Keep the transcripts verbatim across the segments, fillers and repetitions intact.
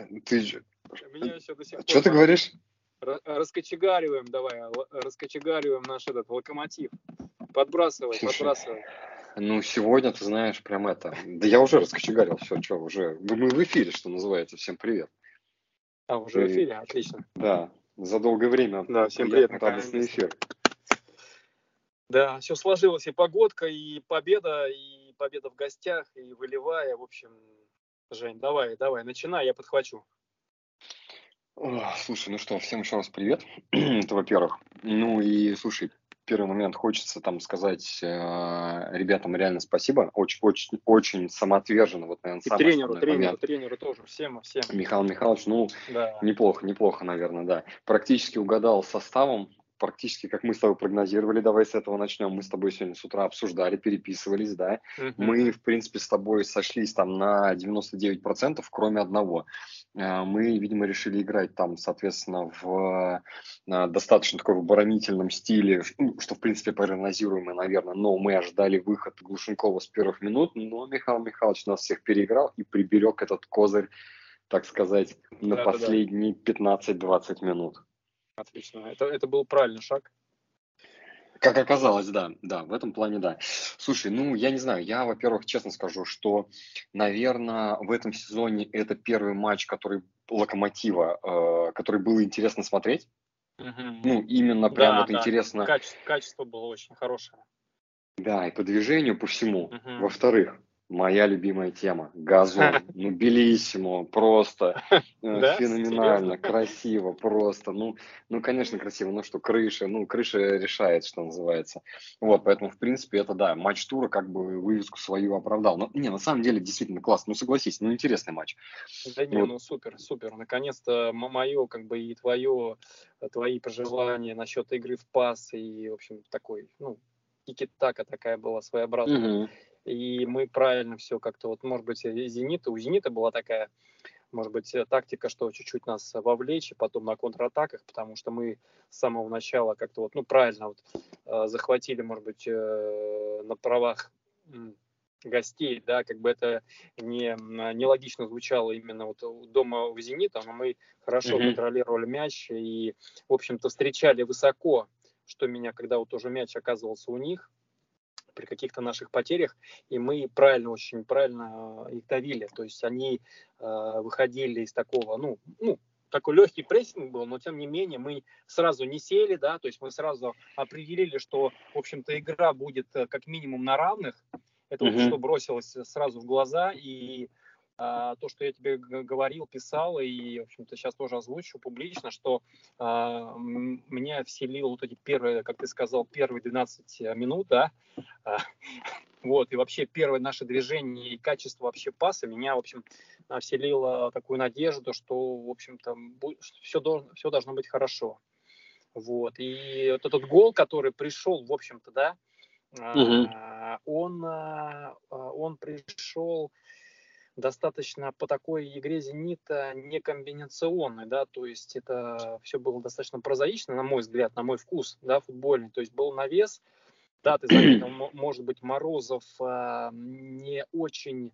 Ты же... Меня еще до сих пор... Что ты говоришь? Раскочегариваем, давай, раскочегариваем наш этот локомотив. Подбрасывай, Слушай, подбрасывай. Ну, сегодня, ты знаешь, прям это... Да я уже раскочегарил, все, что, уже... Мы в эфире, что называется. Всем привет. А, уже в И, эфире, отлично. да, за долгое время Да, всем привет, приятный, радостный эфир. Да, все сложилось, и погодка, и победа, и победа в гостях, и волевая. В общем, Жень, давай, давай, начинай, я подхвачу. О, слушай, ну что, всем еще раз привет. Это во-первых. Ну и, слушай, первый момент хочется там сказать э, ребятам реально спасибо. Очень, очень, очень самоотверженно. Вот, наверное, И самый тренеру, основной тренеру, момент. тренеру тоже, всем, всем. Михаил Михайлович, ну, Да. неплохо, неплохо, наверное, да. Практически угадал составом, практически как мы с тобой прогнозировали. Давай с этого начнем. Мы с тобой сегодня с утра обсуждали, переписывались, да. Мгм. Мы, в принципе, с тобой сошлись там на девяносто девять процентов, кроме одного. Э, Мы, видимо, решили играть там, соответственно, в э, достаточно такой в оборонительном стиле, ш- ну, что, в принципе, прогнозируемо, наверное, но мы ожидали выход Глушенкова с первых минут, но Михаил Михайлович нас всех переиграл и приберег этот козырь, так сказать, на Да-да-да. последние пятнадцать-двадцать минут. Отлично. Это, это был правильный шаг. Как оказалось, да, да, в этом плане да. Слушай, ну, я не знаю, я, во-первых, честно скажу, что, наверное, в этом сезоне это первый матч, который Локомотива, э, который было интересно смотреть. Мгм. Ну, именно прям Да, вот да, интересно, качество, качество было очень хорошее. да, и по движению, по всему. Мгм. Во-вторых, моя любимая тема, газон, ну, белиссимо, просто э, Да? феноменально, Серьезно? красиво, просто, ну, ну, конечно, красиво, ну, что крыша, ну, крыша решает, что называется. Вот, поэтому, в принципе, это, да, матч тура как бы вывеску свою оправдал. Но, не, на самом деле, действительно классно, ну, согласись, ну, интересный матч. Да не, Вот. ну супер, супер. Наконец-то мое, как бы и твое, твои пожелания насчет игры в пас и, в общем, такой, ну, тики-така такая была своеобразная. Мгм. И мы правильно все как-то, вот, может быть, и Зенита, у Зенита была такая, может быть, тактика, что чуть-чуть нас вовлечь, и потом на контратаках, потому что мы с самого начала как-то вот, ну, правильно вот э, захватили, может быть, э, на правах м, гостей, да, как бы это не, нелогично звучало именно вот у дома у «Зенита», но мы хорошо Мгм. контролировали мяч и, в общем-то, встречали высоко, что меня, когда вот уже мяч оказывался у них, при каких-то наших потерях, и мы правильно, очень правильно э, их давили. То есть они э, выходили из такого, ну, ну, такой легкий прессинг был, но тем не менее мы сразу не сели, да, то есть мы сразу определили, что, в общем-то, игра будет э, как минимум на равных. Это вот что Мгм. бросилось сразу в глаза, и а, то, что я тебе г- говорил, писал, и, в общем-то, сейчас тоже озвучу публично, что а, м- меня вселил вот эти первые, как ты сказал, первые двенадцать минут, да, а, вот, и вообще первое наше движение и качество вообще паса меня, в общем, а, вселило такую надежду, что, в общем-то, все должно, все должно быть хорошо. Вот, и вот этот гол, который пришел, в общем-то, да, Мгм. а, он, а, он пришел достаточно по такой игре «Зенита» не комбинационной, да, то есть это все было достаточно прозаично, на мой взгляд, на мой вкус, да, футбольный, то есть был навес. Да, ты заметил, может быть, Морозов а, не очень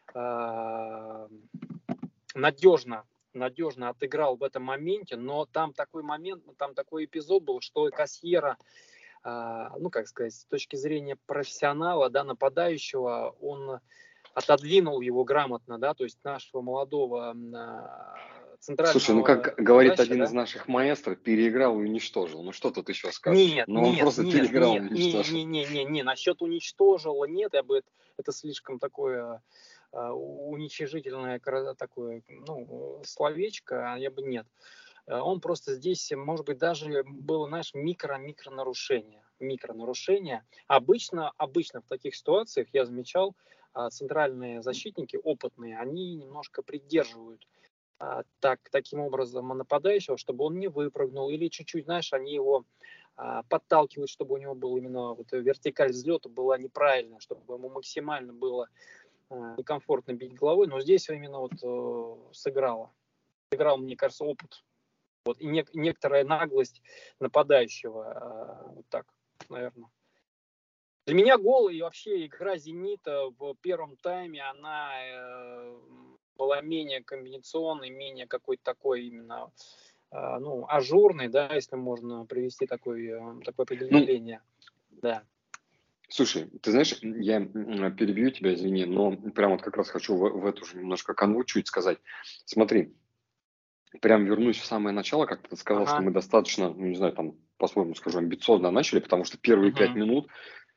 а, надежно, надежно отыграл в этом моменте, но там такой момент, там такой эпизод был, что Касьера, а, ну, как сказать, с точки зрения профессионала, да, нападающего, он отодвинул его грамотно, да, то есть нашего молодого а, Слушай, ну как центрального говорит защита, один да. из наших маэстро, переиграл и уничтожил. Ну что тут еще скажешь? Нет, Ну он нет, просто нет, переиграл и нет, не, уничтожил. не, не, не, не, насчет уничтожила, нет, я бы это, это слишком такое а, уничижительное кра- такое, ну, словечко, а я бы нет. А Он просто здесь, может быть, даже было, знаешь, микро-микро нарушение, микро нарушение. Обычно, обычно в таких ситуациях я замечал, а, центральные защитники опытные, они немножко придерживают а, так, таким образом нападающего, чтобы он не выпрыгнул, или чуть-чуть, знаешь, они его а, подталкивают, чтобы у него был именно вот вертикаль взлета была неправильная, чтобы ему максимально было а, некомфортно бить головой, но здесь именно вот э, сыграло. Сыграл, мне кажется, опыт. Вот, и не, некоторая наглость нападающего, а, вот так, наверное. Для меня гол и вообще игра «Зенита» в первом тайме, она э, была менее комбинационной, менее какой-то такой именно, э, ну, ажурной, да, если можно привести такой, э, такое Ну, определение. Да. слушай, ты знаешь, я м, перебью тебя, извини, но прям вот как раз хочу в, в эту же немножко канву чуть сказать. Смотри, прям вернусь в самое начало, как ты сказал, что Ага. мы достаточно, ну, не знаю, там, по-своему скажу, амбициозно начали, потому что первые пять Угу. минут,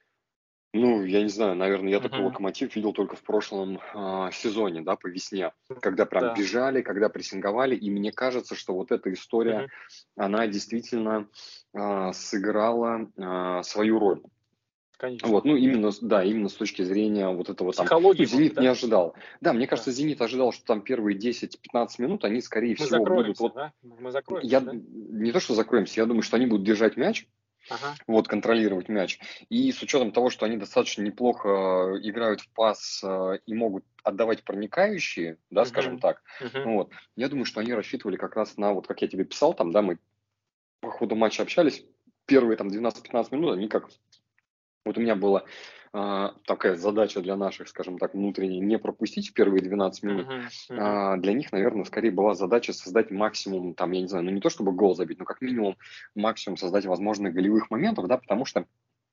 ну, я не знаю, наверное, я такой Угу. локомотив видел только в прошлом а, сезоне, да, по весне, когда прям Да. бежали, когда прессинговали, и мне кажется, что вот эта история, Угу. она действительно а, сыграла а, свою роль. Конечно. Вот, ну, именно, с- да, именно с точки зрения вот этого там, ну, Психологии, может быть, «Зенит» не да? ожидал. Да, мне Да. кажется, «Зенит» ожидал, что там первые десять-пятнадцать минут, они, скорее Мы всего, будут закроемся, вот, да? Мы я закроемся, да? не то, что закроемся, я думаю, что они будут держать мяч, Ага. вот, контролировать мяч. И с учетом того, что они достаточно неплохо э, играют в пас э, и могут отдавать проникающие, да, скажем Угу. так, Угу. вот, я думаю, что они рассчитывали как раз на, вот как я тебе писал, там, да, мы по ходу матча общались, первые там двенадцать-пятнадцать минут, они как вот у меня была а, такая задача для наших, скажем так, внутренней, не пропустить в первые двенадцать минут. Угу. Угу. А, для них, наверное, скорее была задача создать максимум, там, я не знаю, ну не то чтобы гол забить, но как минимум максимум создать возможных голевых моментов, да, потому что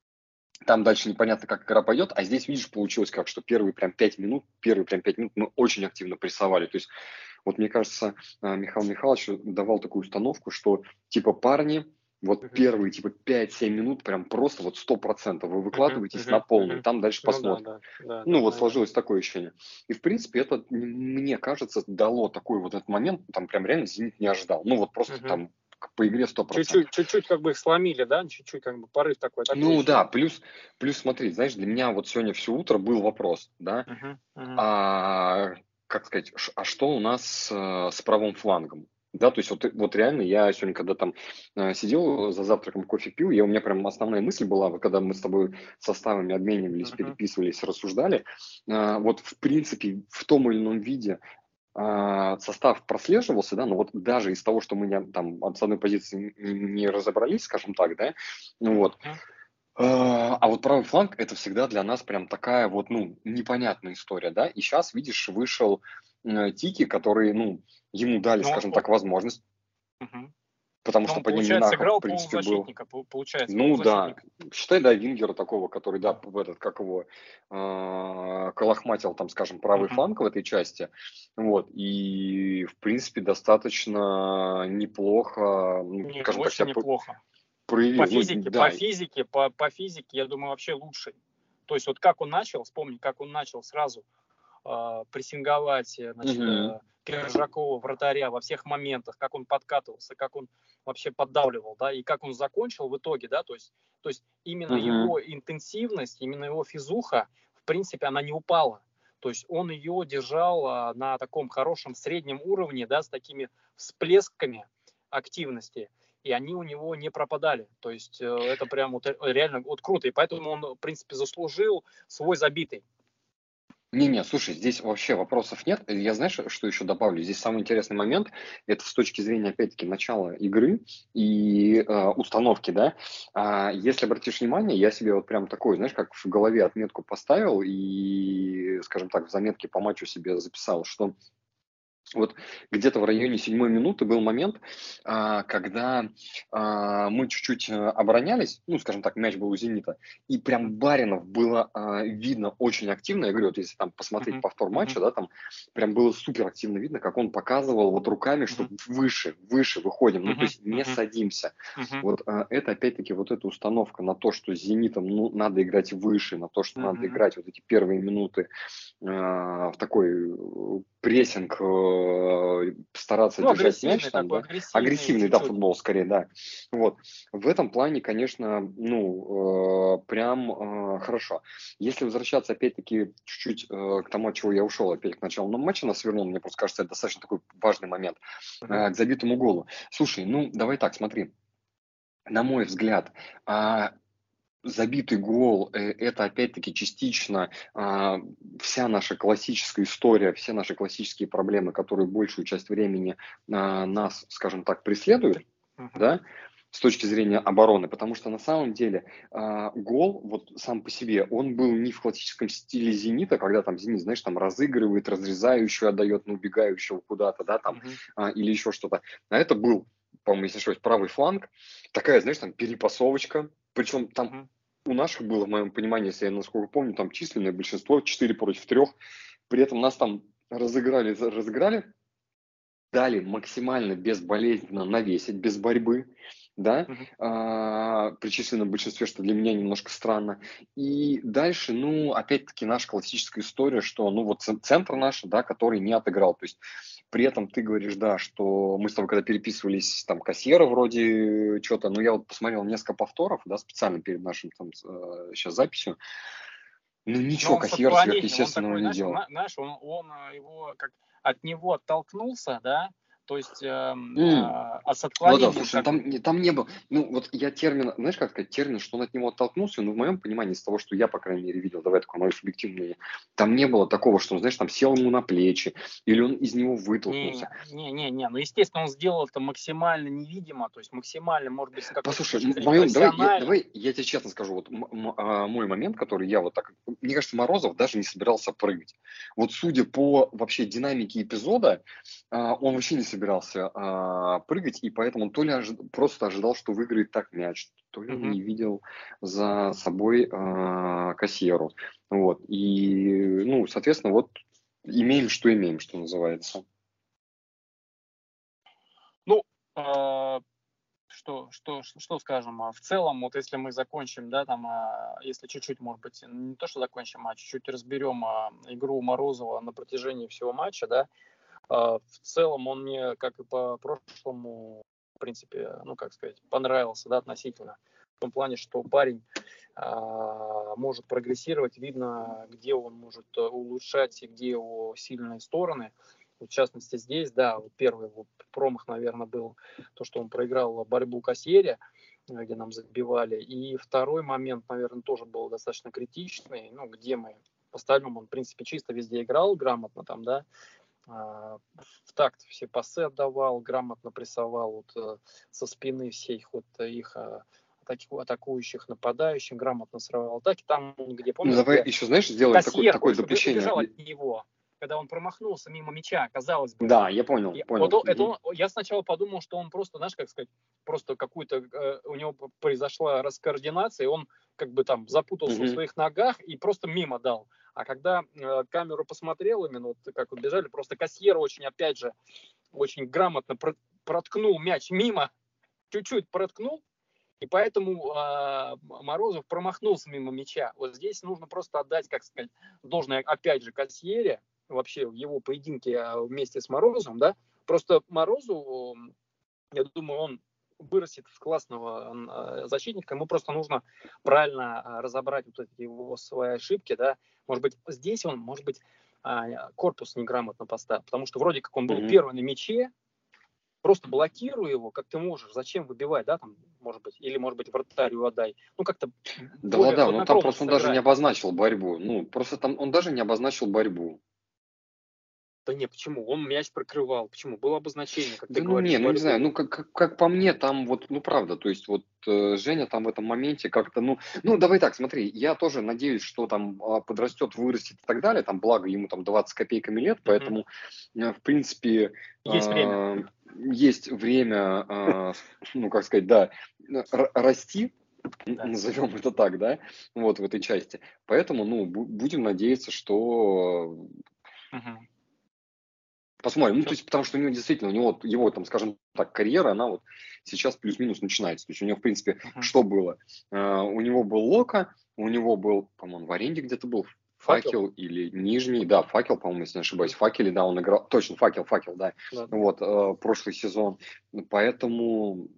там дальше непонятно, как игра пойдет, а здесь, видишь, получилось как, что первые прям пять минут, первые прям пять минут мы очень активно прессовали. То есть, вот мне кажется, а, Михаил Михайлович давал такую установку, что типа парни, вот Угу. первые типа пять-семь минут прям просто вот сто процентов вы Угу. выкладываетесь на Угу. полную, Угу. там дальше Ну да, посмотрим. да, да, Ну да, вот наверное. сложилось такое ощущение. И в принципе это, м, мне кажется, дало такой вот этот момент, там прям реально «Зенит» не ожидал. Ну вот просто Угу. там к- по игре сто процентов. Чуть-чуть, чуть-чуть как бы их сломили, да? Чуть-чуть как бы порыв такой Ну атакующий. да, плюс, плюс смотри, знаешь, для меня вот сегодня все утро был вопрос, да, Угу. Угу. а, как сказать, ш- а что у нас э, с правым флангом? Да, то есть вот, вот реально я сегодня, когда там э, сидел за завтраком, кофе пил, я, у меня прям основная мысль была, вот когда мы с тобой составами обменивались, Угу. переписывались, рассуждали, э, вот в принципе в том или ином виде а, состав прослеживался, да, но вот даже из того, что мы не, там от одной позиции не, не разобрались, скажем так, да, ну вот, Угу. а а вот правый фланг это всегда для нас прям такая вот, ну, непонятная история, да. И сейчас, видишь, вышел э, Тики, который, ну, ему дали, Ну, скажем он, так, возможность, угу. потому что Он, под ним получается, Минахов, в сыграл принципе, был, полузащитника, пол- получается, ну да, полузащитник. считай, да, Вингера такого, который, да, Да. в этот, как его, а, колохматил там, скажем, правый Угу. фланг в этой части, вот, и, в принципе, достаточно неплохо, ну, Не, скажем так, очень себя п- неплохо. По проявил, ну, физике, по да, физике, по, по физике, я думаю, вообще лучший. То есть вот как он начал, вспомни, как он начал сразу э, прессинговать, э, значит, угу, э, Киржакова, вратаря во всех моментах, как он подкатывался, как он вообще поддавливал, да, и как он закончил в итоге, да, то есть, то есть именно угу, его интенсивность, именно его физуха, в принципе, она не упала. То есть он ее держал а, на таком хорошем среднем уровне, да, с такими всплесками активности, и они у него не пропадали. То есть э, это прям вот э, реально вот круто, и поэтому он, в принципе, заслужил свой забитый. не-не, слушай, здесь вообще вопросов нет. Я, знаешь, что еще добавлю? Здесь самый интересный момент, это с точки зрения, опять-таки, начала игры и э, установки, да. А, если обратишь внимание, я себе вот прям такой, знаешь, как в голове отметку поставил и, скажем так, в заметке по матчу себе записал, что вот где-то в районе седьмой минуты был момент, а, когда а, мы чуть-чуть э, оборонялись, ну, скажем так, мяч был у «Зенита», и прям Баринов было а, видно очень активно. Я говорю, вот если там посмотреть Мгм, повтор мгм, матча, да, там прям было супер активно видно, как он показывал вот руками, что мгм, выше, выше выходим, ну, то мгм, есть не мгм, садимся. мгм, Вот а, это опять-таки вот эта установка на то, что с «Зенитом» ну, надо играть выше, на то, что надо мгм. играть вот эти первые минуты а, в такой э, прессинг, э, стараться Ну, держать мяч агрессивный там, такой, да, агрессивный агрессивный, да, чуть-чуть. футбол скорее, да. Вот. В этом плане, конечно, ну, э, прям э, хорошо. Если возвращаться, опять-таки, чуть-чуть э, к тому, от чего я ушел, опять к началу матча нас вернул, мне просто кажется, это достаточно такой важный момент, Мгм, э, к забитому голу. Слушай, ну, давай так, смотри, на мой взгляд, а, забитый гол э, это опять-таки частично а, вся наша классическая история, все наши классические проблемы, которые большую часть времени а, нас, скажем так, преследуют, мгм, да. с точки зрения обороны, потому что на самом деле э, гол вот сам по себе, он был не в классическом стиле «Зенита», когда там «Зенит», знаешь, там разыгрывает, разрезающую отдает на убегающего куда-то, да, там, Мгм. а, или еще что-то. А это был, по-моему, если не ошибаюсь, правый фланг, такая, знаешь, там перепасовочка, причем там Мгм. у наших было, в моем понимании, если я насколько помню, там численное большинство, четыре против трех, при этом нас там разыграли, за- разыграли, дали максимально безболезненно навесить, без борьбы, да, Мгм. а, при численном большинстве, что для меня немножко странно. И дальше, ну, опять-таки, наша классическая история, что, ну, вот ц- центр наш, да, который не отыграл. То есть при этом ты говоришь, да, что мы с тобой, когда переписывались, там, кассира вроде что-то, ну, я вот посмотрел несколько повторов, да, специально перед нашим, там, сейчас записью, ну, Но ничего он с кассира отклонением, он сверхъестественного такой, не знаешь, делал. на- знаешь, он, он а, его как от него оттолкнулся, да, то есть эм, М. а, а с Вот да, отклонением слушай, ну как бы. там, не- там не было, ну вот я термин, знаешь, как сказать, термин, что он от него оттолкнулся, ну в моем понимании, из того, что я, по крайней мере, видел, давай такое мое субъективное мнение, там не было такого, что он, знаешь, там сел ему на плечи, или он из него Не, вытолкнулся. не, не, не, ну естественно он сделал это максимально невидимо, то есть максимально, может быть, с какой-то Послушай, точки м- в зрения моем, давай, я, профессионально. давай я тебе честно скажу, вот м- м- а, мой момент, который я вот так, мне кажется, Морозов даже не собирался прыгать. Вот судя по вообще динамике эпизода, а, он вообще не собирался а, прыгать, и поэтому он то ли ожи- просто ожидал, что выиграет так мяч, то ли он Мгм. не видел за собой а, кассиру. Вот, и, ну, соответственно, вот имеем, что имеем, что называется. Ну, а, что, что, что скажем, а в целом, вот если мы закончим, да, там, а, если чуть-чуть, может быть, не то, что закончим, а чуть-чуть разберем а, игру Морозова на протяжении всего матча, да, а, в целом он мне, как и по прошлому, в принципе, ну, как сказать, понравился, да, относительно. В том плане, что парень а, может прогрессировать, видно, где он может э, улучшать и где его сильные стороны. В частности, здесь, да, вот первый его промах, наверное, был то, что он проиграл борьбу Кассиери, э, где нам забивали. И второй момент, наверное, тоже был достаточно критичный, ну, где мы по остальному он, в принципе, чисто везде играл, грамотно там, да, а, в такт все пасы отдавал, грамотно прессовал вот, э, со спины всех вот их а, атаки- атакующих, нападающих, грамотно срывал атаки. Там, где, Ну, помнишь, давай где еще, знаешь, сделаем такое, Кассиер такое ой, вы- допущение. убежал от него, когда он промахнулся мимо мяча, казалось бы. Да, я понял, И вот понял. он- это Мгм. он, я сначала подумал, что он просто, знаешь, как сказать, просто какую-то, э, у него п- произошла раскоординация, и он как бы там запутался в Мгм. своих ногах и просто мимо дал. А когда э, камеру посмотрел именно, вот как вот бежали, просто Кассиер очень, опять же, очень грамотно про- проткнул мяч мимо, чуть-чуть проткнул, и поэтому а, Морозов промахнулся мимо мяча. Вот здесь нужно просто отдать, как сказать, должное, опять же, Кассиере, вообще в его поединке а, вместе с Морозовым, да. Просто Морозу, я думаю, он вырастет в классного а, защитника. Ему просто нужно правильно а, разобрать вот эти его свои ошибки, да. Может быть, здесь он, может быть, а, корпус неграмотно поставил, потому что вроде как он был Мгм. первый на мяче, просто блокируй его, как ты можешь. Зачем выбивать, да, там, может быть, или, может быть, вратарю отдай. Ну, как-то более Да-да, ну там хладнокровно просто он даже не сыграй. обозначил борьбу. Ну, просто там он даже не обозначил борьбу. Да не, почему? Он мяч прокрывал. Почему? Было обозначение, как ты Да ну говоришь, не, ну не знаю, борьбы. ну как, как, как по мне, там вот, ну правда, то есть вот э, Женя там в этом моменте как-то, ну, ну давай так, смотри, я тоже надеюсь, что там а, подрастет, вырастет и так далее, там благо ему там двадцать копейками лет, Мгм. поэтому э, в принципе Есть время. э, есть время, э, ну как сказать, да, р- расти, н- Да. назовем это так, да, вот в этой части. Поэтому, ну, бу- будем надеяться, что Мгм. посмотрим. Ну, то Всё. есть, потому что у него действительно, у него, его, там, скажем так, карьера, она вот сейчас плюс-минус начинается. То есть, у него, в принципе, Мгм. что было? Э, у него был Лока, у него был, по-моему, в аренде где-то был Факел? Факел или Нижний, да, Факел, по-моему, если не ошибаюсь, Мгм. в Факеле, да, он играл, точно, Факел, Факел, да, Да. вот, э, прошлый сезон. Поэтому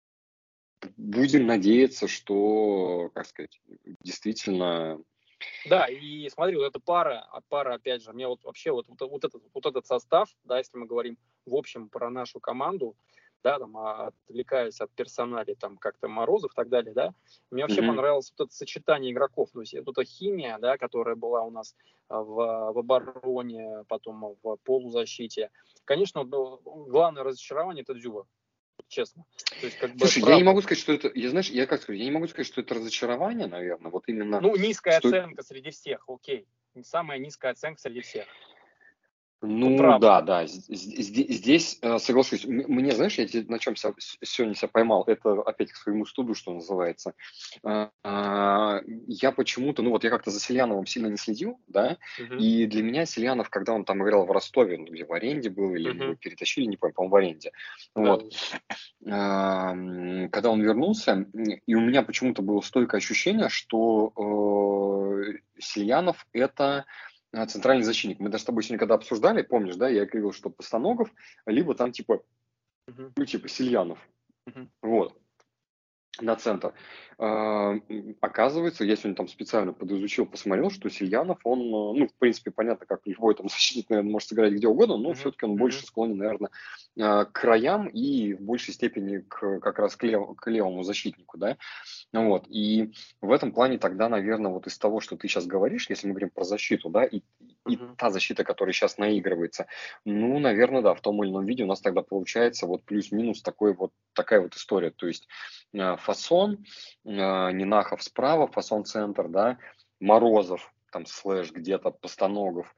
будем надеяться, что, как сказать, действительно. Да, и смотри, вот эта пара, а пара, опять же, мне вот вообще вот, вот, вот этот, вот этот состав, да, если мы говорим в общем про нашу команду, да, там, а, отвлекаясь от персоналей, там, как-то Морозов и так далее, да, мне вообще Мгм. понравилось вот это сочетание игроков, то есть вот эта химия, да, которая была у нас а, в, в обороне, потом в полузащите. Конечно, ну, главное разочарование — это Дзюба. честно. То есть, как бы, Слушай, я не правда. могу сказать, что это, я знаешь, я как сказать, я не могу сказать, что это разочарование, наверное, вот именно, Ну, низкая что, оценка среди всех, окей. Самая низкая оценка среди всех. Вот ну правда. да, да, з- з- зде- здесь э, соглашусь. М- Мне, знаешь, я те- на чем ся- с- сегодня себя поймал, это опять к своему студу, что называется. А, а, Я почему-то, ну вот я как-то за Сельяновым сильно не следил, да, Мгм, и для меня Сельянов, когда он там играл в Ростове, ну, где в аренде был, или его мгм. перетащили, не помню, по-моему, в аренде, Да, вот, а, м, когда он вернулся, м, и у меня почему-то было стойкое ощущение, что э, Сельянов это а, центральный защитник. Мы даже с тобой сегодня когда обсуждали, помнишь, да, я говорил, что Постаногов, либо там типа, мгм, ну, типа Сельянов. мгм. Вот. На центр. А, м, Оказывается, я сегодня там специально подизучил, посмотрел, что Сильянов, он, э, ну, в принципе, понятно, как любой там защитник, наверное, может сыграть где угодно, но Мгм, все-таки он мгм, больше склонен, наверное, а, к краям и в большей степени к, как раз к, лев- к левому защитнику, да. Ну вот, и в этом плане тогда, наверное, вот из того, что ты сейчас говоришь, если мы говорим про защиту, да, и, и мгм. та защита, которая сейчас наигрывается, ну, наверное, да, в том или ином виде у нас тогда получается вот плюс-минус такой вот, такая вот история. То есть э, Фасон, э, Нинахов справа, Фасон центр, да, Морозов, там слэш где-то, Постаногов,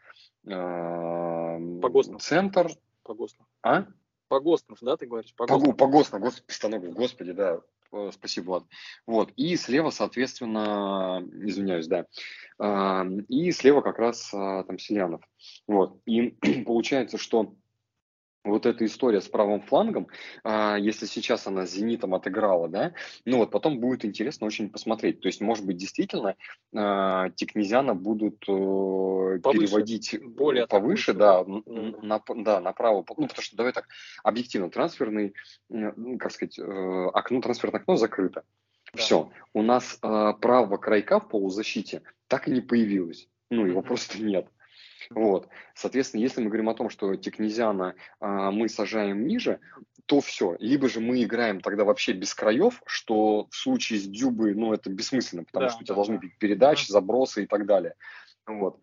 э, Погостов. центр, Погостов. а? Погостов, да, ты говоришь? Погу, Погостов. погосно, господи, Постаногов, господи, да, э, спасибо, Влад. Вот, и слева, соответственно, извиняюсь, да, а, и слева как раз а, там Селянов. Вот, и получается, что вот эта история с правым флангом, а, если сейчас она с «Зенитом» отыграла, да, ну вот потом будет интересно очень посмотреть. То есть, может быть, действительно а, Тикнезяна будут э, Повыше. переводить э, Более повыше, атакующего. да, н- Да, н- да. на, да, направо. Ну, потому что, давай так, объективно, трансферный, э, ну, как сказать, э, окно, трансферное окно закрыто. Да. Все, у нас э, правого крайка в полузащите так и не появилось. Ну, его Мгм, просто нет. мгм. Вот. Соответственно, если мы говорим о том, что Тикнезиана а, мы сажаем ниже, то все. Либо же мы играем тогда вообще без краев, что в случае с Дюбой, ну, это бессмысленно, потому Да, что у тебя да, должны да. быть Мгм. передачи, забросы и так далее. Вот.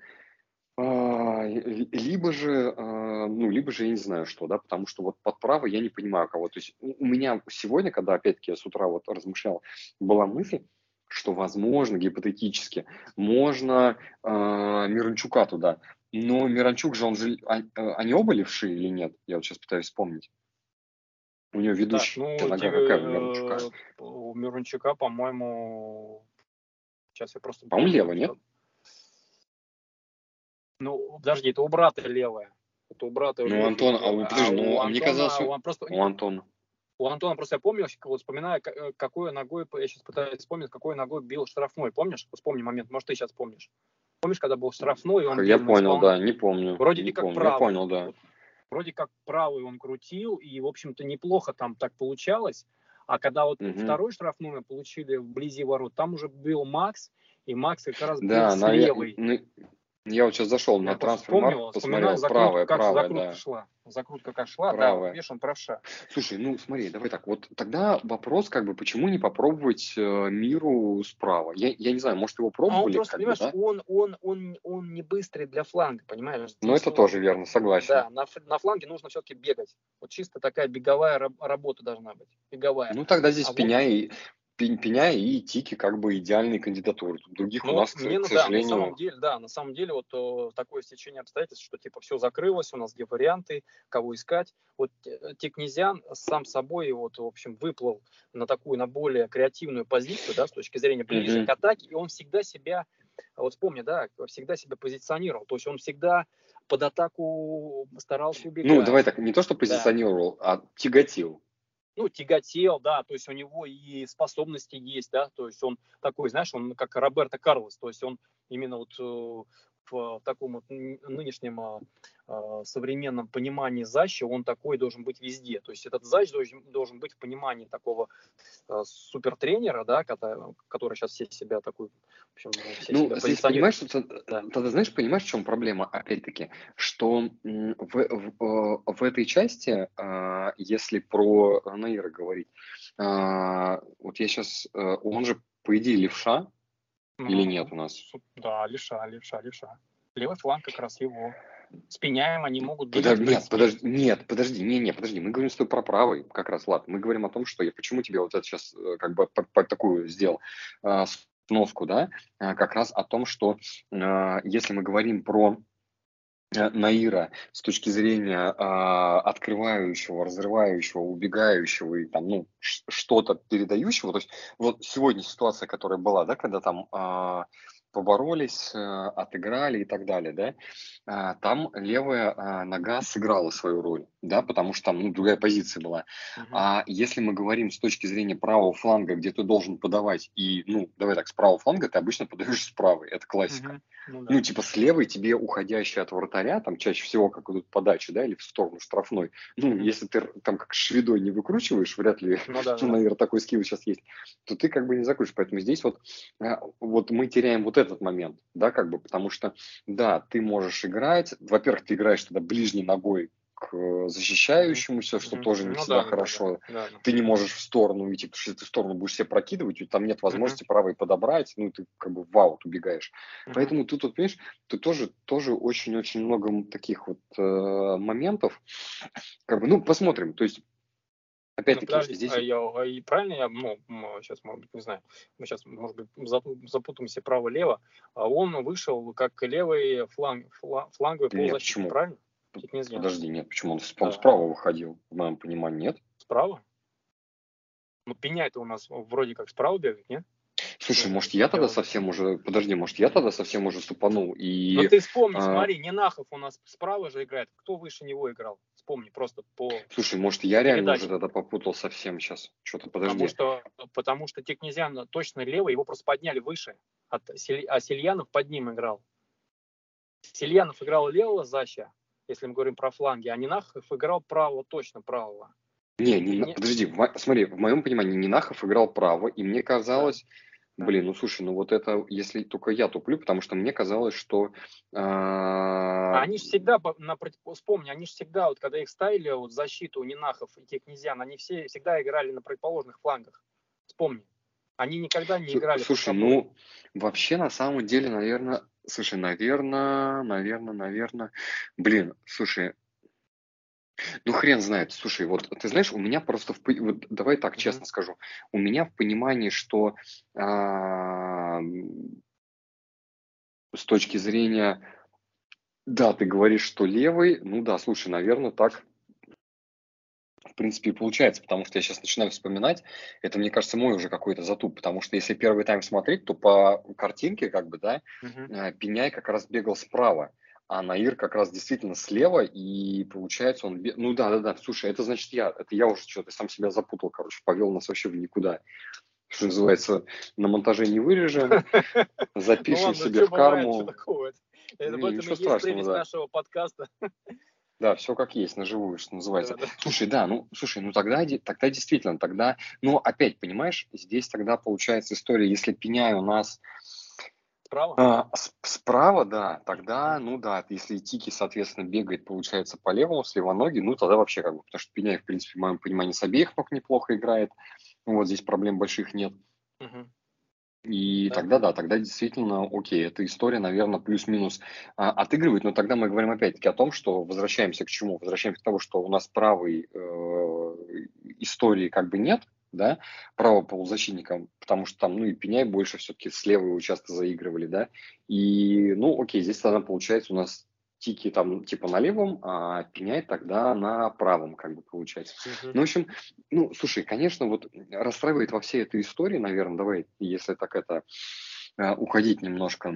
А, ли- либо же, а, ну, либо же я не знаю что, да, потому что вот под право я не понимаю кого. То есть у у меня сегодня, когда опять-таки я с утра вот размышлял, была мысль, что, возможно, гипотетически, можно а, Миранчука туда. Но Миранчук же, он же, а- а- они оба левши или нет? Я вот сейчас пытаюсь вспомнить. У него Так, ведущая ну, те- нога какая у Миранчука? э, у Мирончука, по-моему, сейчас я просто По-моему, помню, лево, нет? что... Ну, подожди, это у брата левая. Это у брата Ну, лев- Антон, а у, левая. А подожди, у ну, а мне Антона, казалось, у, у, Ан- просто, у Антона. у Антона просто я помню, вот вспоминаю, ка- э, какой ногой, я сейчас пытаюсь вспомнить, какой ногой бил штрафной. Помнишь? Вспомни момент, может, ты сейчас помнишь. Помнишь, когда был штрафной, и он Я бил на понял, исполнение? да, не помню, Вроде не как помню. Я правый. понял, да. Вот вроде как правый он крутил, и, в общем-то, неплохо там так получалось. А когда вот Мгм. второй штрафной мы получили вблизи ворот, там уже бил Макс, и Макс как раз бил Да, с на, я, левой. ну, я вот сейчас зашел Я на просто трансфер-маркт, вспомнил, вспоминаю посмотрел, закрутку, правая, как правая, закрутка да, шла. Закрутка как шла, да, вот правая. видишь, он правша. Слушай, ну смотри, давай так, вот тогда вопрос, как бы, почему не попробовать э, миру справа? Я, я не знаю, может, его А он пробовали, просто, как бы, понимаешь, да? он, он, он, он не быстрый для фланга, понимаешь? Но Здесь это нужно, тоже верно, согласен. да, на, ф- на фланге нужно все-таки бегать. Вот чисто такая беговая раб- работа должна быть, беговая. Ну, тогда здесь А вот, Пеня и, Пень- Пеня и Тики как бы идеальные кандидатуры. Тут других у ну вот нас, к, мне, к ну да, на самом сожалению, деле, да, на самом деле вот э, такое стечение обстоятельств, что типа все закрылось, у нас где варианты, кого искать. Вот э, Тикнезиан сам собой вот, в общем, выплыл на такую, на более креативную позицию, да, с точки зрения ближе к Мгм. атаке, и он всегда себя, вот вспомни, да, всегда себя позиционировал, то есть он всегда под атаку старался Ну, давай убегать, так, не то, что да, позиционировал, а тяготил. ну, тяготел, да, то есть у него и способности есть, да, то есть он такой, знаешь, он как Роберто Карлос, то есть он именно вот э, в таком вот н- нынешнем а, а, современном понимании защи, он такой должен быть везде, то есть этот защ должен, должен быть в понимании такого а, супертренера, да, который, который сейчас все себя такой, в общем, все Ну, себя здесь позиционируют, понимаешь, что т- да. тогда знаешь, понимаешь, в чем проблема, опять-таки, что м, в, в, э, в этой части, а, если про Наира говорить, а, вот я сейчас, он же, по идее, левша или нет Ну, у нас? су- да, левша, левша, левша. Левый фланг как раз его. С Пеняем они могут Подож... бегать. Нет, подожди, нет, подожди, не, не, подожди, мы говорим с тобой про правый, как раз, ладно, мы говорим о том, что я почему тебе вот это сейчас э, как бы по- по- такую сделал э, сноску, да, э, как раз о том, что э, если мы говорим про э, Наира с точки зрения э, открывающего, разрывающего, убегающего и там, ну, ш- что-то передающего, то есть вот сегодня ситуация, которая была, да, когда там э, поборолись, э, отыграли и так далее, да, а, там левая а, нога сыграла свою роль, да, потому что там, ну, другая позиция была. Мгм. А если мы говорим с точки зрения правого фланга, где ты должен подавать, и, ну, давай так, с правого фланга ты обычно подаешь с правой, это классика. Мгм. Ну Ну, да. типа с левой тебе уходящий от вратаря, там чаще всего как идут подачи, да, или в сторону штрафной. Ну, Мгм. если ты там как шведой не выкручиваешь, вряд ли, Ну да, ну, да. наверное, такой скилл сейчас есть, то ты как бы не закрутишь. Поэтому здесь вот, а, вот мы теряем вот этот момент, да, как бы, потому что, да, ты можешь играть, во-первых, ты играешь тогда ближней ногой к э, Мгм. защищающемуся, что Мгм. тоже не Ну всегда да, да, да, хорошо. да, да. Ты не можешь в сторону идти, потому что если ты в сторону будешь себе прокидывать, и там нет Мгм. возможности правой подобрать, ну, ты как бы в аут убегаешь. Мгм. Поэтому тут, вот, понимаешь, тут тоже, тоже очень-очень много м- таких вот э, моментов. Как бы, ну, посмотрим. То есть, Ну опять-таки, подожди, здесь а я, а и правильно я, ну, сейчас, может быть, не знаю, мы сейчас, может быть, запу- запутаемся право-лево, а он вышел как левый фланг, фла- фланговый нет, полузащитник, почему? правильно? П- Кикнезьян. Подожди, нет, почему? Он, с- он Да. справа выходил, в моем понимании, нет? Справа? Ну, Пеняй-то у нас вроде как справа бегает, нет? Слушай, Ну, может, я тогда левый. совсем уже, подожди, может, я тогда совсем уже тупанул, Но и, ты вспомни, а, смотри, Ненахов у нас справа же играет. Кто выше него играл? Вспомни, просто по слушай, может, я реально уже передаче. тогда попутал совсем сейчас, что-то, Потому подожди. что, потому что Тикнезян точно левый, его просто подняли выше. От, Сель- а Сельянов под ним играл. Сельянов играл левого заща, если мы говорим про фланги, а Нинахов играл правого, точно правого. Не, И не, мне, подожди, в мо- смотри, в моем понимании Нинахов играл право, и мне да, казалось, да. блин, ну слушай, ну вот это, если только я туплю, потому что мне казалось, что А а, они же всегда, по- на, против- вспомни, они же всегда, вот когда их ставили, вот защиту Нинахов и Тикнезян, они все всегда играли на противоположных флангах. Вспомни. Они никогда не Слу- играли под слушай, собой. ну вообще на самом деле, наверное, слушай, наверное, наверное, наверное, блин, слушай, ну хрен знает, слушай, вот ты знаешь, у меня просто, в, по- вот, давай так Мгм. честно скажу, у меня в понимании, что а, м, с точки зрения, да, ты говоришь, что левый, ну да, слушай, наверное, так в принципе и получается, потому что я сейчас начинаю вспоминать, это, мне кажется, мой уже какой-то затуп, потому что если первый тайм смотреть, то по картинке, как бы, да, Мгм. э, Пеняй как раз бегал справа, а Наир как раз действительно слева, и получается он... бе- Ну да, да, да, слушай, это значит я, это я уже что-то сам себя запутал, короче, повел нас вообще в никуда. Что называется, на монтаже не вырежем, Ну запишем ладно, себе что в бывает, что карму. такого? Это в Не, этом и ничего есть страшного, прелесть да. нашего подкаста. Да, все как есть, наживую, что называется. Да, да. Слушай, да, ну, слушай, ну тогда, де- тогда действительно, тогда, но опять, понимаешь, здесь тогда получается история, если Пеняй у нас Справа? а, с- справа, да, тогда, Мгм. ну да, если Тики, соответственно, бегает, получается, по левому, с левоноги, ну тогда вообще как бы, потому что Пеняй, в принципе, в моем понимании, с обеих ног неплохо играет, вот здесь проблем больших нет. Мгм. И Да. тогда, да, тогда действительно, окей, эта история, наверное, плюс-минус а, отыгрывает, но тогда мы говорим опять-таки о том, что возвращаемся к чему? Возвращаемся к тому, что у нас правой э, истории как бы нет, да, право полузащитника, потому что там, ну, и Пеняй больше все-таки слева его часто заигрывали, да, и, ну, окей, здесь тогда получается у нас Тики там типа на левом, а Пеняй тогда на правом, как бы получается. Мгм. Ну, в общем, ну, слушай, конечно, вот расстраивает во всей этой истории, наверное, давай, если так это, э, уходить немножко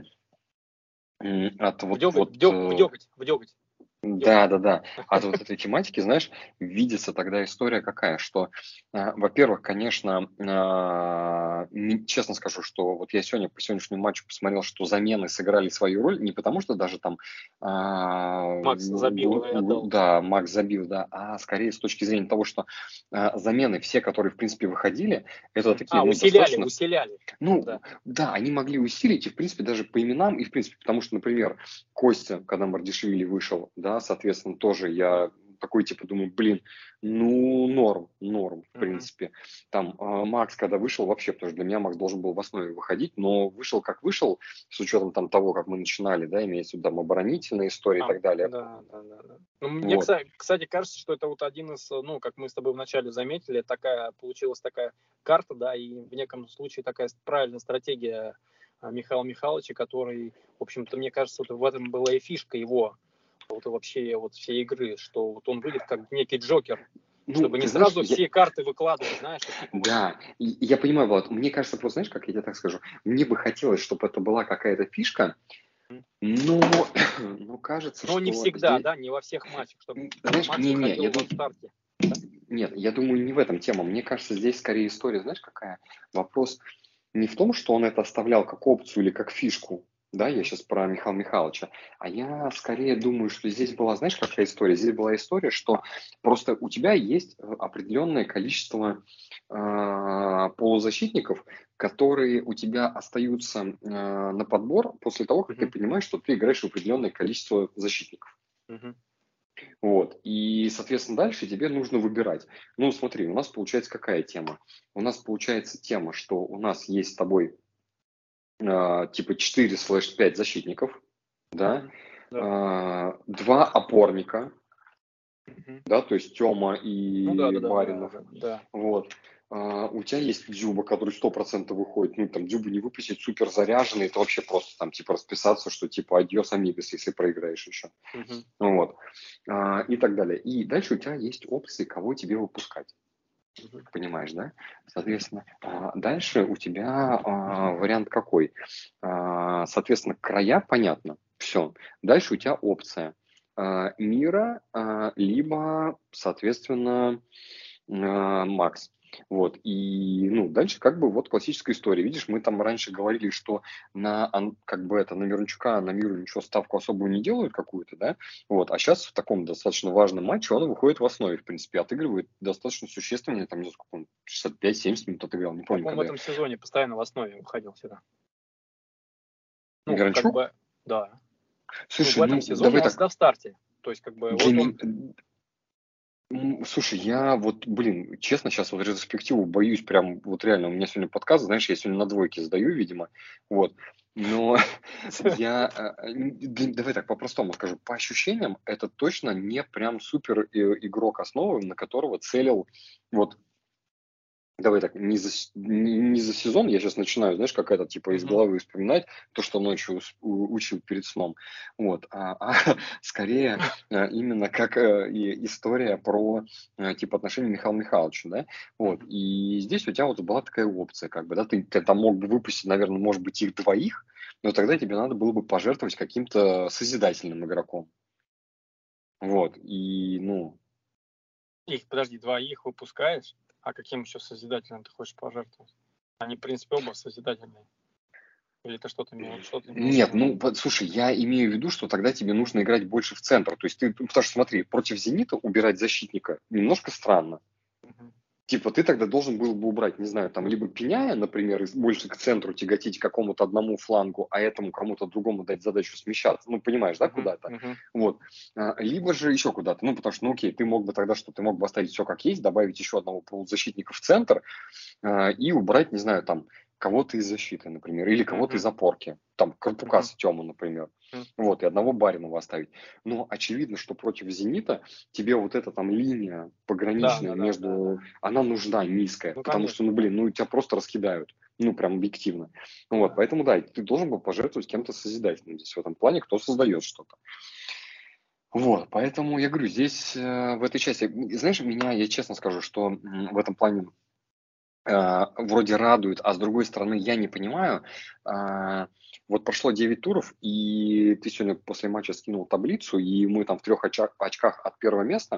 м, от В вот, дёготь, в вот дё- в э, дёготь, в дёготь, да, дёготь. да, да. От вот этой тематики, знаешь, видится тогда история какая, что, а, во-первых, конечно, а, м, честно скажу, что вот я сегодня по сегодняшнему матчу посмотрел, что замены сыграли свою роль, не потому что даже там, а, Макс забил гл- и гл- отдал. да, Макс забил, да, а скорее с точки зрения того, что а, замены все, которые, в принципе, выходили, это Мгм. такие, А, ну, усиляли, достаточно усиляли. ну, Да. да, они могли усилить, и, в принципе, даже по именам, и, в принципе, потому что, например, Костя, когда Мардишвили вышел, да, соответственно, тоже Мгм. я такой, типа, думаю, блин, ну, норм, норм, в Мгм. принципе. Там а, Макс, когда вышел, вообще, потому что для меня Макс должен был в основе выходить, но вышел как вышел, с учетом там того, как мы начинали, да, имеется в виду там оборонительные истории и А, так далее. да, да, да, да. Ну, мне, Вот. кса- кстати, кажется, что это вот один из, э, ну, как мы с тобой вначале заметили, такая получилась такая карта, да, и в неком случае такая с- правильная стратегия а, Михаила Михайловича, который, в общем-то, мне кажется, вот в этом была и фишка его, вот и вообще вот всей игры, что вот он выйдет как некий Джокер, Ну, чтобы не ты знаешь, сразу я, все карты выкладывать, знаешь, что типа вот, да, и- я понимаю, Влад, мне кажется, просто, знаешь, как я тебе так скажу, мне бы хотелось, чтобы это была какая-то фишка, м, но, но кажется, но не что всегда, здесь, да, не во всех матчах, чтобы м, знаешь, Макс не-не, я выходил в думаю, старте, да? нет, я думаю, не в этом тема. Мне кажется, здесь скорее история, знаешь, какая? Вопрос не в том, что он это оставлял как опцию или как фишку, да, я Мгм, сейчас про Михаила Михайловича, а я скорее думаю, что здесь была, знаешь, какая история? Здесь была история, что просто у тебя есть э, определенное количество э, полузащитников, которые у тебя остаются э, на подбор после того, как ты мгм, понимаешь, что ты играешь в определенное количество защитников. мгм, Вот. И, соответственно, дальше тебе нужно выбирать. Ну, смотри, у нас получается какая тема? У нас получается тема, что у нас есть с тобой э, типа четыре слэш пять защитников, да, мгм. Да. э, два опорника, Мгм. да, то есть Тёма Ну да, и да, да, да, Баринов. да, да. Вот. А, у тебя есть Дзюба, который сто процентов выходит. Ну, там, Дзюбу не выпустить супер заряженный, это вообще просто там, типа, расписаться, что, типа, адьос амигос, если проиграешь еще. Мгм. Вот. А, и так далее. И дальше у тебя есть опции, кого тебе выпускать. Мгм. Понимаешь, да? Соответственно, а, дальше у тебя а, вариант какой? А, Соответственно, края, понятно, все. Дальше у тебя опция а, мира, а, либо, соответственно, а, Макс. Вот, и, ну, дальше как бы вот классическая история. Видишь, мы там раньше говорили, что на, Ан- как бы это, на Мирончука, на Миру ничего ставку особую не делают какую-то, да, вот, а сейчас в таком достаточно важном матче он выходит в основе, в принципе, отыгрывает достаточно существенно, там, не знаю, сколько он, шестьдесят пять семьдесят минут отыграл, не Он, помню, по-моему, в когда я. этом сезоне постоянно в основе выходил всегда. Ну, как Миранчук? бы, да. Ну, в Слушай, этом ну, сезоне давай он так, всегда в старте. То есть, как бы, для вот он... меня, М, слушай, я вот, блин, честно, сейчас вот ретроспективу боюсь прям, вот реально, у меня сегодня подкаст, знаешь, я сегодня на двойке сдаю, видимо, вот, но я, а, а, н- д- давай так, по-простому скажу, по ощущениям, это точно не прям супер э, игрок основы, на которого целил вот. Давай так, не за, с- не не за сезон, я сейчас начинаю, знаешь, как это, типа, из Мгм. головы вспоминать то, что ночью ус- у- учил перед сном, вот, а, а скорее а, именно как э, и история про, э, типа, отношения Михаила Михайловича, да, вот, Мгм. и здесь у тебя вот была такая опция, как бы, да, ты, ты там мог бы выпустить, наверное, может быть, их двоих, но тогда тебе надо было бы пожертвовать каким-то созидательным игроком, вот, и, ну, Их, подожди, двоих выпускаешь, а каким еще созидательным ты хочешь пожертвовать? Они, в принципе, оба созидательные. Или ты что-то имел, что ты имел в Нет, виду? ну, под- слушай, я имею в виду, что тогда тебе нужно играть больше в центр. То есть ты, потому что смотри, против «Зенита» убирать защитника немножко странно. Мгм. Типа ты тогда должен был бы убрать, не знаю, там либо Пеняя, например, и больше к центру тяготить какому-то одному флангу, а этому кому-то другому дать задачу смещаться. Ну, понимаешь, да, Мгм. куда-то? Мгм. Вот. А, Либо же еще куда-то. Ну, потому что, ну, окей, ты мог бы тогда что? Ты мог бы оставить все как есть, добавить еще одного полузащитника в центр, а, и убрать, не знаю, там, кого-то из защиты, например, или кого-то из Мгм. опорки, там, Мгм. Карпукаса Тему, например, Мгм. вот, и одного Баринова оставить. Но очевидно, что против «Зенита» тебе вот эта там линия Да, пограничная да, да, да, между, да. она нужна, низкая, Ну, потому что, ну, конечно, да. блин, ну, тебя просто раскидают, ну, прям объективно. Вот, Да. поэтому, да, ты должен был пожертвовать кем-то созидательным здесь в этом плане, кто создает что-то. Вот, поэтому я говорю, здесь э, в этой части, знаешь, меня, я честно скажу, что м, в этом плане а, вроде радует, а с другой стороны я не понимаю. А, вот прошло девять туров, и ты сегодня после матча скинул таблицу, и мы там в трех очках от первого места,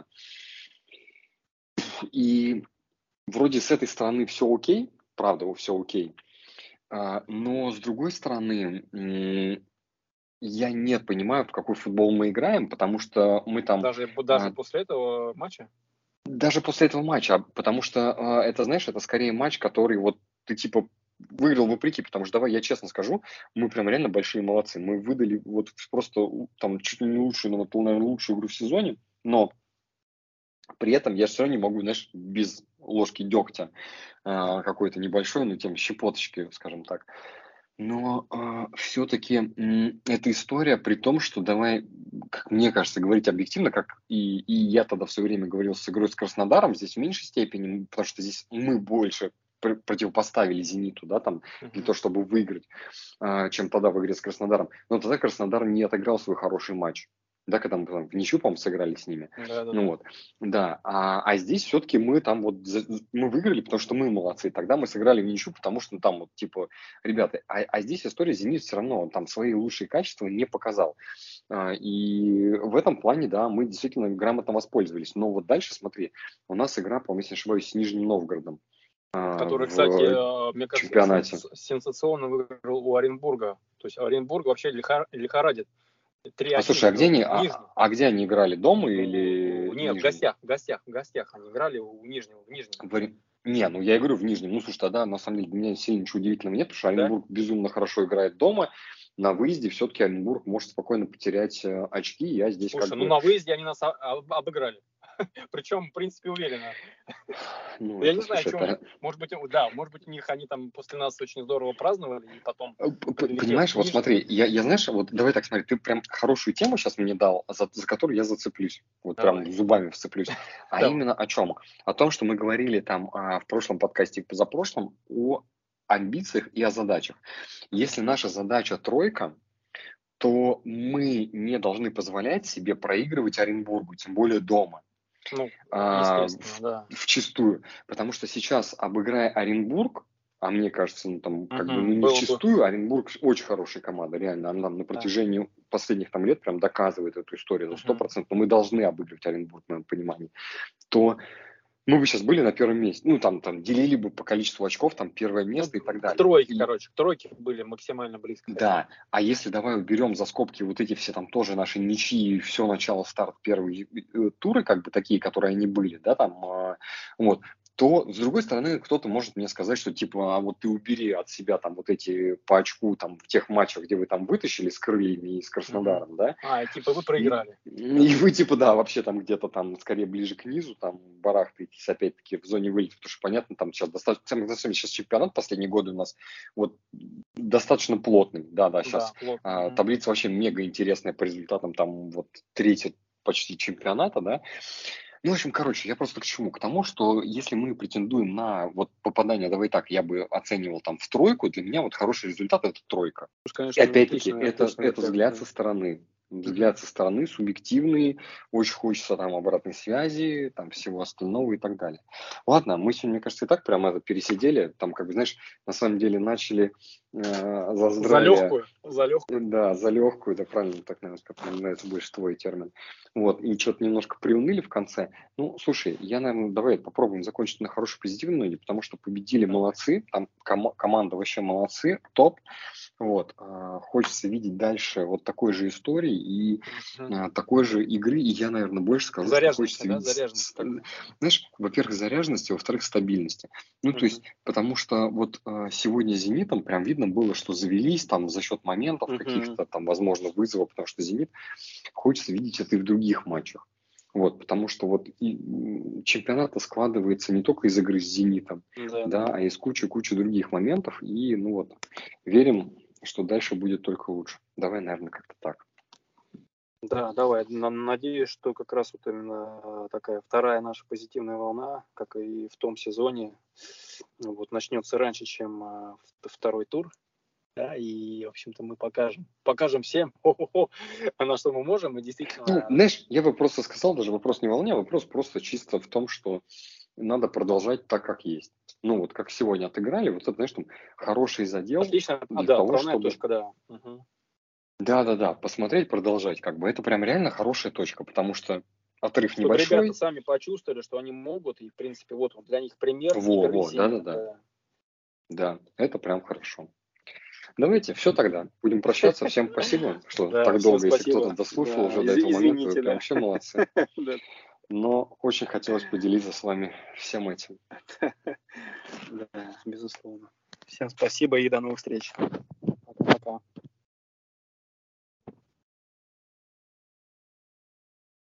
и вроде с этой стороны все окей, правда, все окей, а, но с другой стороны, м, я не понимаю, в какой футбол мы играем, потому что мы там Даже, б- даже а, после этого матча? даже после этого матча, потому что, а, это, знаешь, это скорее матч, который вот ты типа выиграл вопреки, потому что давай я честно скажу, мы прям реально большие молодцы. Мы выдали вот просто у- там чуть ли не лучшую, ну, вот, наверное, лучшую игру в сезоне, но При этом я все равно не могу, знаешь, без ложки дегтя а, какой-то небольшой, ну, тем щепоточки, скажем так. Но все-таки эта история при том, что давай, как мне кажется, говорить объективно, как и, и я тогда все время говорил с игрой с Краснодаром, здесь в меньшей степени, потому что здесь мы больше пр- противопоставили «Зениту», да, там, для Мгм. того, чтобы выиграть, а, чем тогда в игре с Краснодаром. Но тогда Краснодар не отыграл свой хороший матч. Да, когда мы там в ничью, по-моему, сыграли с ними. Ну Да-да-да. вот, да. А, а здесь все-таки мы там вот за- мы выиграли, потому что мы молодцы. Тогда мы сыграли в ничью, потому что ну, там вот типа ребята. А, а здесь история «Зенит» все равно он там свои лучшие качества не показал. А, и в этом плане, да, мы действительно грамотно воспользовались. Но вот дальше, смотри, у нас игра, по-моему, если не ошибаюсь, с Нижним Новгородом а, Который, кстати, в э, мне кажется, чемпионате. сенс- сенсационно выиграл у Оренбурга. То есть Оренбург вообще лихо- лихорадит. А три один слушай, а где ведет они, в а, Нижнем. а где они играли? Дома У- или Нет, в Нижний? гостях, в гостях, в гостях. Они играли у Нижнего, в Нижнем. В Ори- Не, ну я и говорю в Нижнем. Ну, слушай, тогда на самом деле для меня сильно ничего удивительного нет, потому что Да? Оренбург безумно хорошо играет дома. На выезде все-таки Оренбург может спокойно потерять э, очки. Я здесь как Слушай, ну бы, на выезде они нас о- об- обыграли. Причем, в принципе, уверенно. ну, Я это, не знаю, слушай, чем. это, Может быть, у- да, может быть, у них они там после нас очень здорово праздновали и потом э, п- п- прилетели в понимаешь, вот Нижний. смотри, я, я, знаешь, вот давай так смотри, ты прям хорошую тему сейчас мне дал, за, за которую я зацеплюсь, вот прям Давай, зубами вцеплюсь. А давай. именно о чем? О том, что мы говорили там а, в прошлом подкасте и позапрошлом о амбициях и о задачах. Если наша задача тройка, то мы не должны позволять себе проигрывать Оренбургу, тем более дома, Ну, а, естественно, в, да. вчистую. Потому что сейчас, обыграя Оренбург, а мне кажется, ну там как бы ну, Мгм, не было бы, вчистую, Оренбург очень хорошая команда, реально, она нам на да. протяжении последних там лет прям доказывает эту историю за сто Мгм. процентов, но мы должны обыгрывать Оренбург, в моем понимании, то мы бы сейчас были на первом месте, ну там, там делили бы по количеству очков, там первое Ну, место и так к далее. тройке, И короче, к тройке были максимально близко хотя бы. да, а если давай уберем за скобки вот эти все там тоже наши ничьи, все начало, старт, первые э, туры, как бы такие, которые они были, да, там, а, вот, то, с другой стороны, кто-то может мне сказать, что типа, а вот ты убери от себя там вот эти по очку там в тех матчах, где вы там вытащили с крыльями и с Мгм. Краснодаром, да, А, и типа вы и, проиграли, да? и вы типа, да, вообще там где-то там скорее ближе к низу, там барахтаетесь опять-таки в зоне вылета, потому что понятно, там сейчас достаточно, на самом деле сейчас чемпионат последние годы у нас вот достаточно плотный, да-да, Да, сейчас плотно. а, Мгм. таблица вообще мега интересная по результатам, там вот третья почти чемпионата, да. Ну, в общем, короче, я просто к чему? К тому, что если мы претендуем на вот попадание, давай так, я бы оценивал там в тройку, для меня вот хороший результат – это тройка. Уж, И конечно, опять-таки, отличный, это, отличный это результат, взгляд да. со стороны. Мгм. Взгляд со стороны, субъективный, очень хочется там обратной связи, там всего остального и так далее. Ладно, мы сегодня, мне кажется, и так прямо это пересидели, там, как бы, знаешь, на самом деле начали э, за За здравие, легкую, за легкую. да, за легкую, да, правильно, так, наверное, как мне нравится больше твой термин. Вот, и что-то немножко приуныли в конце. Ну, слушай, я, наверное, давай попробуем закончить на хорошей позитивной ноте, потому что победили Давай. молодцы, там ком- команда вообще молодцы, топ. Вот, а, хочется видеть дальше вот такой же истории и Мгм. а, такой же игры, и я, наверное, больше скажу, что Заряженности, хочется да, видеть, с- заряженности с- такой. знаешь, во-первых, заряженности, во-вторых, стабильности. Ну, то Мгм. есть, потому что вот а, сегодня «Зенитом» прям видно было, что завелись там за счет моментов Мгм. каких-то, там, возможно, вызовов, потому что «Зенит» хочется видеть это и в других матчах. Вот, потому что вот и, м, чемпионат складывается не только из игры с «Зенитом», Да, да, да, да. а из кучи-кучи других моментов. И, ну вот, верим, что дальше будет только лучше. Давай, наверное, как-то так. Да, давай. На- Надеюсь, что как раз вот именно э, такая вторая наша позитивная волна, как и в том сезоне, ну, вот начнется раньше, чем э, в- второй тур. Да, и, в общем-то, мы покажем, покажем всем, хо-хо-хо, а на что мы можем, и Ну, действительно, знаешь, я бы просто сказал, даже вопрос не волне, а вопрос просто чисто в том, что надо продолжать так, как есть. Ну, вот как сегодня отыграли, вот это, знаешь, там хороший задел отлично, а, для да, того, отправная чтобы... точка, да. Мгм. Да-да-да, посмотреть, продолжать, как бы это прям реально хорошая точка, потому что отрыв Чтобы ребята небольшой. сами почувствовали, что они могут, и, в принципе, вот он для них пример игры Во-во, с «Зенитом», да-да-да, да. да, это прям хорошо. Давайте, все тогда, будем прощаться. Всем спасибо, что Да, так всем долго, если кто-то спасибо. дослушал Да, уже до из- этого момента, вы извините, прям да. вообще молодцы. Да, Но очень хотелось поделиться с вами всем этим. да, безусловно. Всем спасибо и до новых встреч.